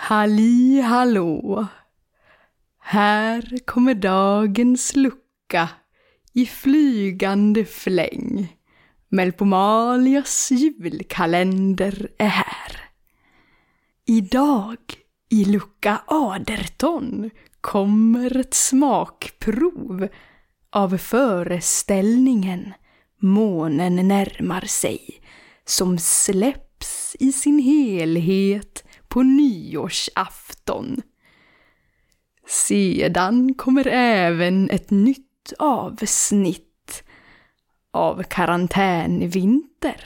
Halli hallå! Här kommer dagens lucka i flygande fläng. Melpomalias julkalender är här. Idag i lucka 18 kommer ett smakprov av föreställningen Månen närmar sig, som släpps i sin helhet på nyårsafton. Sedan kommer även ett nytt avsnitt av Karantänvinter.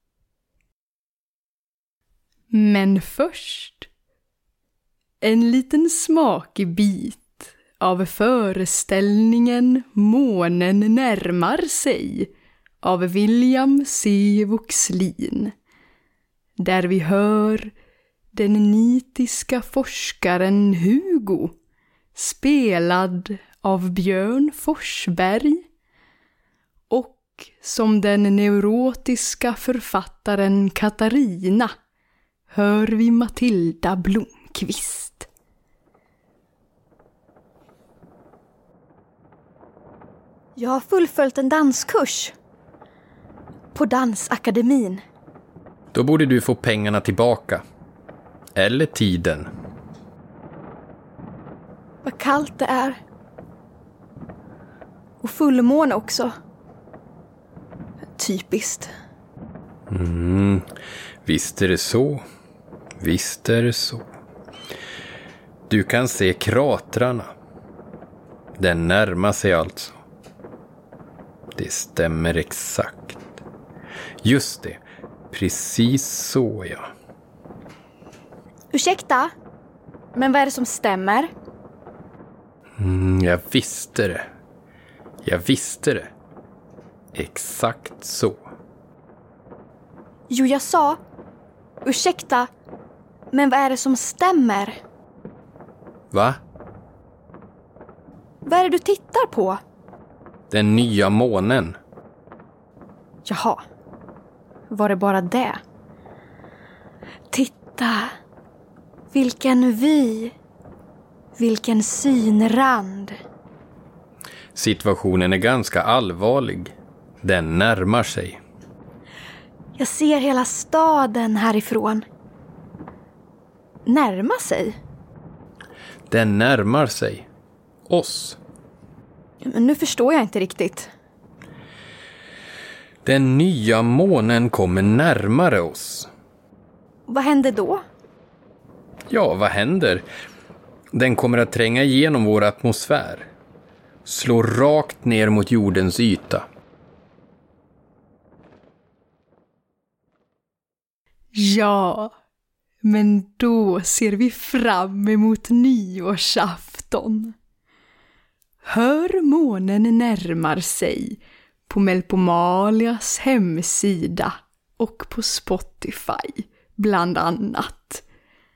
Men först en liten smakbit av föreställningen Månen närmar sig av William C. Voxlin, där vi hör den nitiska forskaren Hugo, spelad av Björn Forsberg, och som den neurotiska författaren Katarina hör vi Matilda Blomqvist. Jag har fullföljt en danskurs på Dansakademin. Då borde du få pengarna tillbaka. Eller tiden. Vad kallt det är. Och fullmåne också. Typiskt. Visst är det så. Visst är det så. Du kan se kratrarna. Den närmar sig alltså. Det stämmer exakt. Just det. Precis så, ja. Ursäkta, men vad är det som stämmer? Jag visste det. Jag visste det. Exakt så. Jo, jag sa, ursäkta, men vad är det som stämmer? Va? Vad är det du tittar på? Den nya månen. Jaha, var det bara det? Titta, vilken vy, vilken synrand. Situationen är ganska allvarlig. Den närmar sig. Jag ser hela staden härifrån. Närma sig? Den närmar sig. Oss. Men nu förstår jag inte riktigt. Den nya månen kommer närmare oss. Vad händer då? Ja, vad händer? Den kommer att tränga igenom vår atmosfär. Slå rakt ner mot jordens yta. Ja, men då ser vi fram emot nyårsafton. Hör månen närmar sig på Melpomalias hemsida och på Spotify bland annat.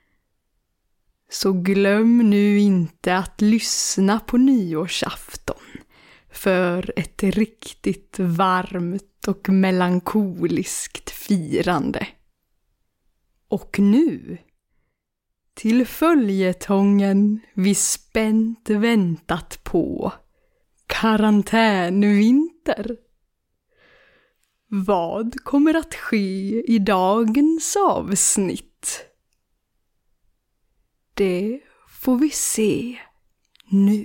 Så glöm nu inte att lyssna på nyårsafton för ett riktigt varmt och melankoliskt firande. Och nu till följetongen vi spänt väntat på, Karantänvinter. Vad kommer att ske i dagens avsnitt? Det får vi se nu.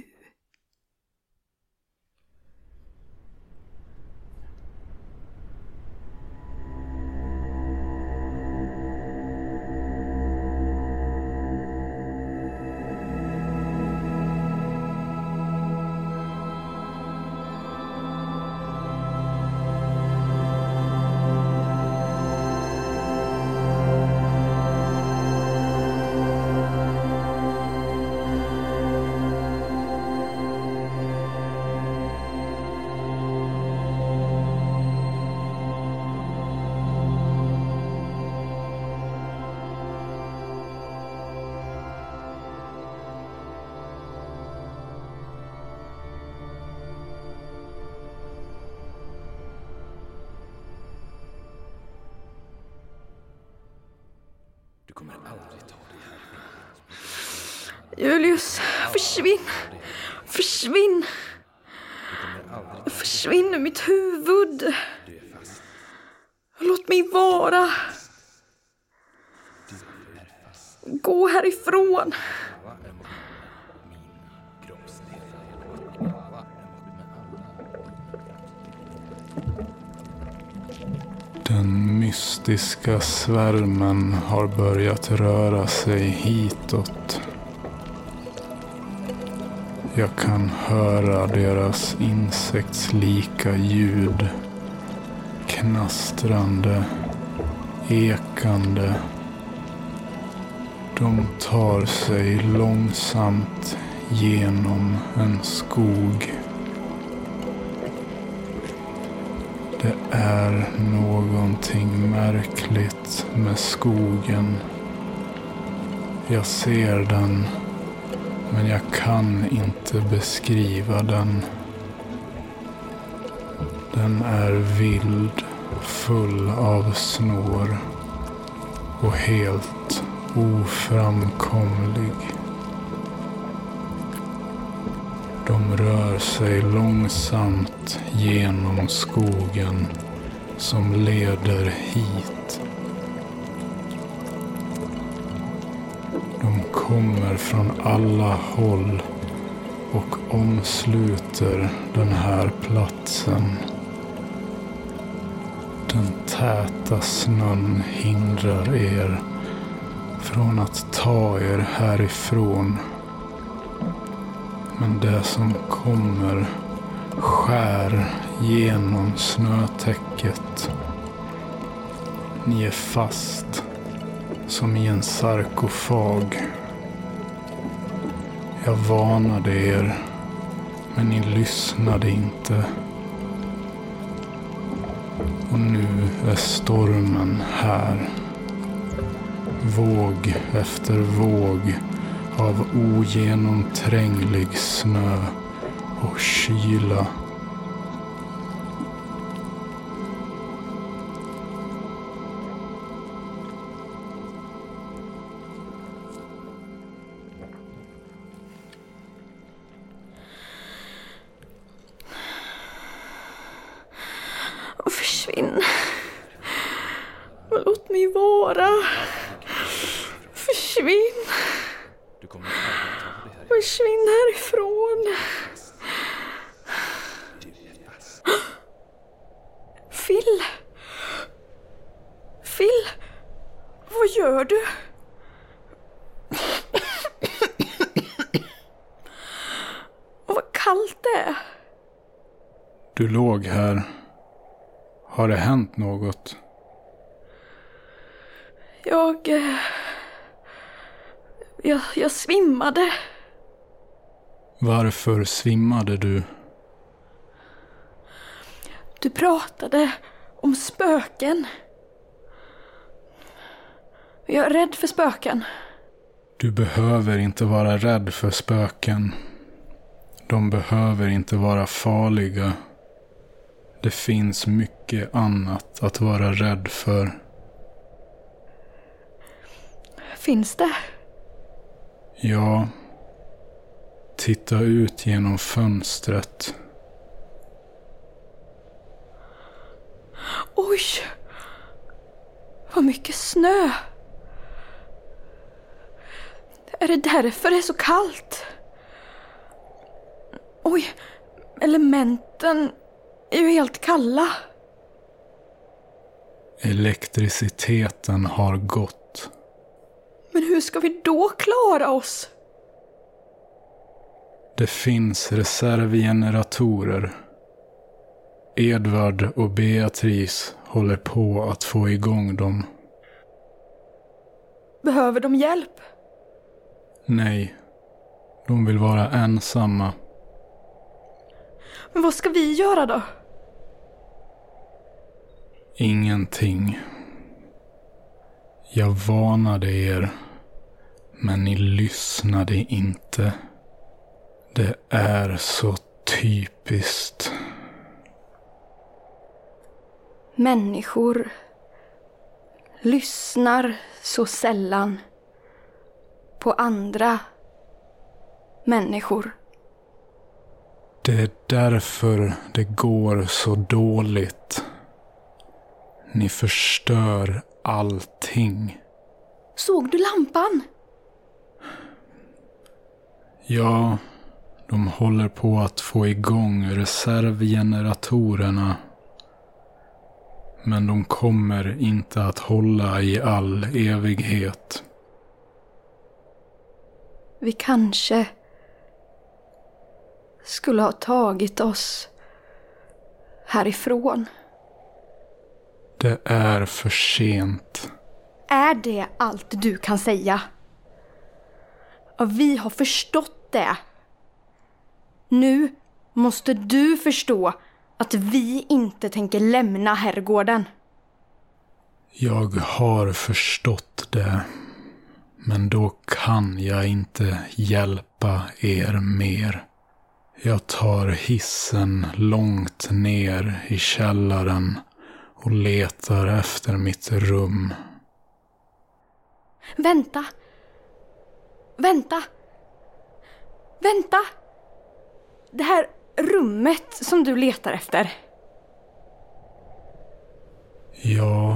Du kommer aldrig ta dig härifrån. Julius, försvinn. Försvinn. Försvinn ur mitt huvud. Låt mig vara. Gå härifrån. Den mystiska svärmen har börjat röra sig hitåt. Jag kan höra deras insektslika ljud. Knastrande, ekande. De tar sig långsamt genom en skog. Det är någonting märkligt med skogen. Jag ser den, men jag kan inte beskriva den. Den är vild, full av snår och helt oframkomlig. De rör sig långsamt genom skogen som leder hit. De kommer från alla håll och omsluter den här platsen. Den täta snön hindrar er från att ta er härifrån. Men det som kommer skär genom snötäcket. Ni är fast som i en sarkofag. Jag varnade er, men ni lyssnade inte. Och nu är stormen här. Våg efter våg av ogenomtränglig snö och kyla. Försvinn. Låt mig vara. Försvinn. Försvinn härifrån. Phil. Phil. Vad gör du? Vad kallt det är. Du låg här. Har det hänt något? Jag svimmade. Varför svimmade du? Du pratade om spöken. Jag är rädd för spöken. Du behöver inte vara rädd för spöken. De behöver inte vara farliga. Det finns mycket annat att vara rädd för. Finns det? Ja. Titta ut genom fönstret. Oj! Vad mycket snö! Är det därför det är så kallt? Oj, elementen är ju helt kalla. Elektriciteten har gått. Men hur ska vi då klara oss? Det finns reservgeneratorer. Edvard och Beatrice håller på att få igång dem. Behöver de hjälp? Nej, de vill vara ensamma. Men vad ska vi göra då? Ingenting. Jag varnade er, men ni lyssnade inte. Det är så typiskt. Människor lyssnar så sällan på andra människor. Det är därför det går så dåligt. Ni förstör allting. Såg du lampan? Ja, de håller på att få igång reservgeneratorerna. Men de kommer inte att hålla i all evighet. Vi kanske skulle ha tagit oss härifrån. Det är för sent. Är det allt du kan säga? Ja, vi har förstått det. Nu måste du förstå att vi inte tänker lämna herrgården. Jag har förstått det. Men då kan jag inte hjälpa er mer. Jag tar hissen långt ner i källaren och letar efter mitt rum. Vänta! Vänta! Vänta! Det här rummet som du letar efter. Ja.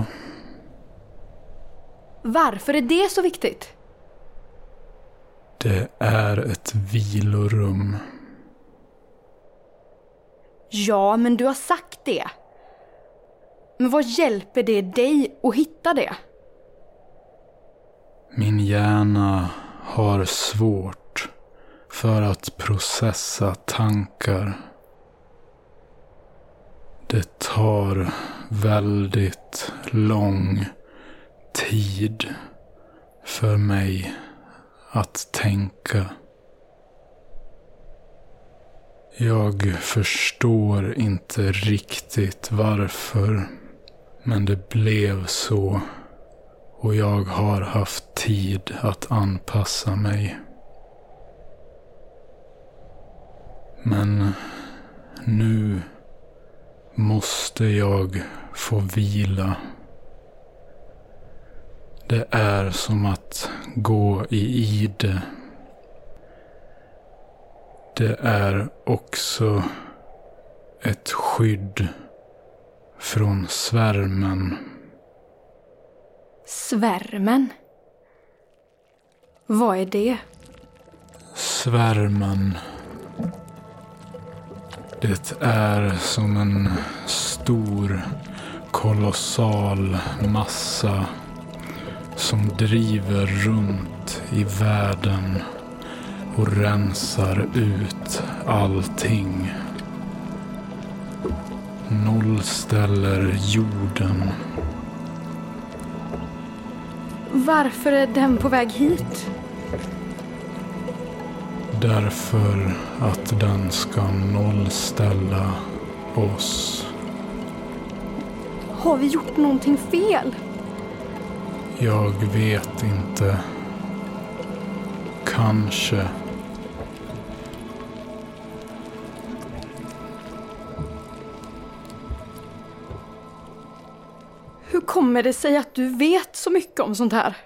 Varför är det så viktigt? Det är ett vilorum. Ja, men du har sagt det. Men vad hjälper det dig att hitta det? Min hjärna har svårt för att processa tankar. Det tar väldigt lång tid för mig att tänka. Jag förstår inte riktigt varför, men det blev så och jag har haft tid att anpassa mig. Men nu måste jag få vila. Det är som att gå i ide. Det är också ett skydd från svärmen. Svärmen? Vad är det? Svärmen. Det är som en stor, kolossal massa som driver runt i världen och rensar ut allting. Nollställer jorden. Varför är den på väg hit? Därför att den ska nollställa oss. Har vi gjort någonting fel? Jag vet inte. Kanske. Hur kommer det sig att du vet så mycket om sånt här?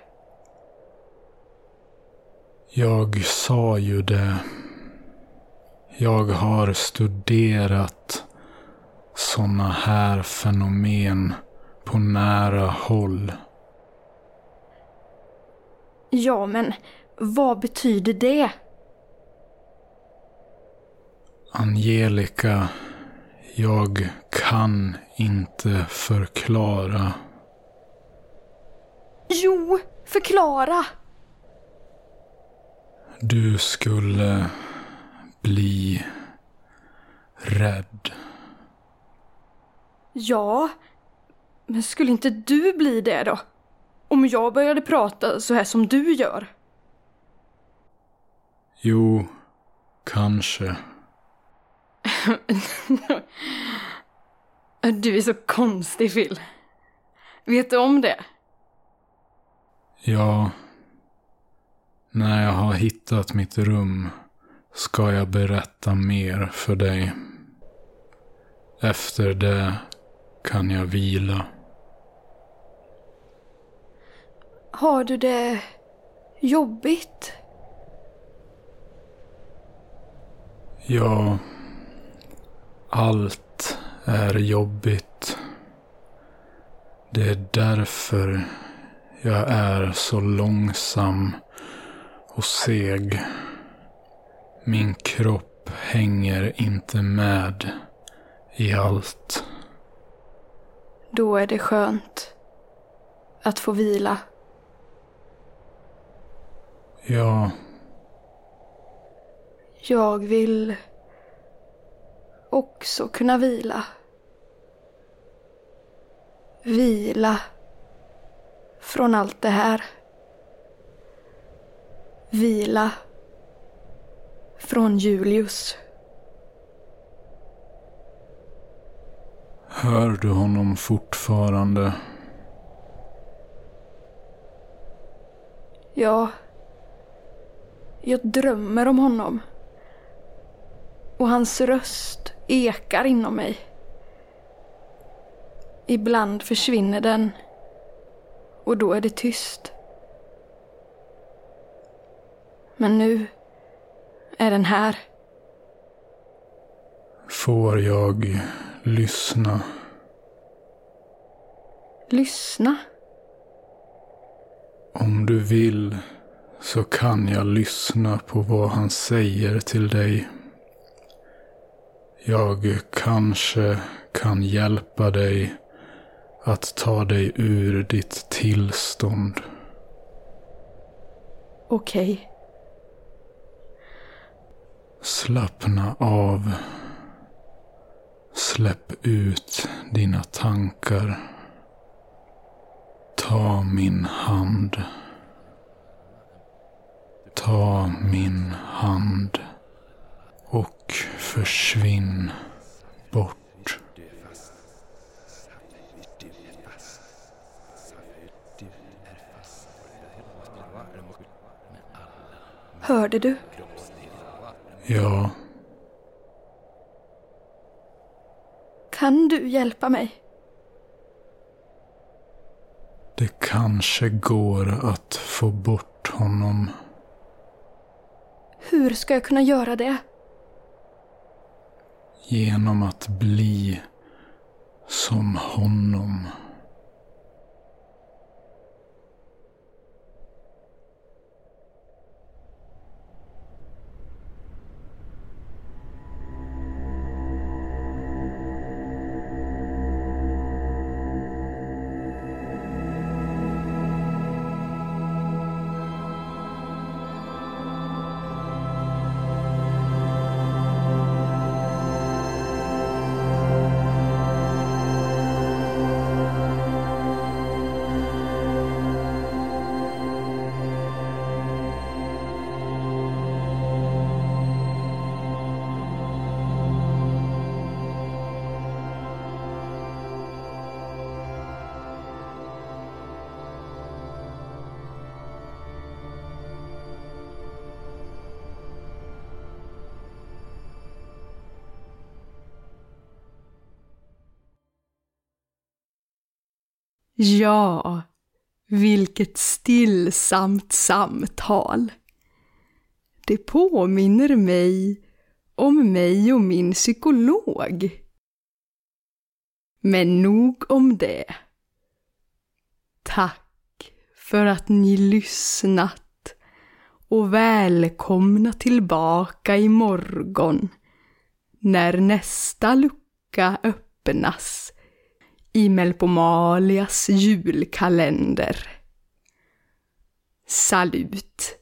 Jag sa ju det. Jag har studerat såna här fenomen på nära håll. Ja, men vad betyder det? Angelica, jag kan inte förklara. Jo, förklara! Du skulle bli rädd. Ja, men skulle inte du bli det då? Om jag började prata så här som du gör. Jo, kanske. Du är så konstig, Phil. Vet du om det? Ja. När jag har hittat mitt rum ska jag berätta mer för dig. Efter det kan jag vila. Har du det jobbigt? Ja, allt är jobbigt. Det är därför jag är så långsam och seg. Min kropp hänger inte med i allt. Då är det skönt att få vila. Ja. Jag vill också kunna vila. Vila från allt det här. Vila från Julius. Hör du honom fortfarande? Ja, jag drömmer om honom. Och hans röst ekar inom mig. Ibland försvinner den. Och då är det tyst. Men nu är den här. Får jag lyssna? Lyssna? Om du vill så kan jag lyssna på vad han säger till dig. Jag kanske kan hjälpa dig att ta dig ur ditt tillstånd. Okej. Slappna av. Släpp ut dina tankar. Ta min hand. Ta min hand och försvinn bort. Hörde du? Ja. Kan du hjälpa mig? Det kanske går att få bort honom. Hur ska jag kunna göra det? Genom att bli som honom. Ja, vilket stillsamt samtal. Det påminner mig om mig och min psykolog. Men nog om det. Tack för att ni lyssnat och välkomna tillbaka imorgon när nästa lucka öppnas i Melpomalias julkalender. Salut!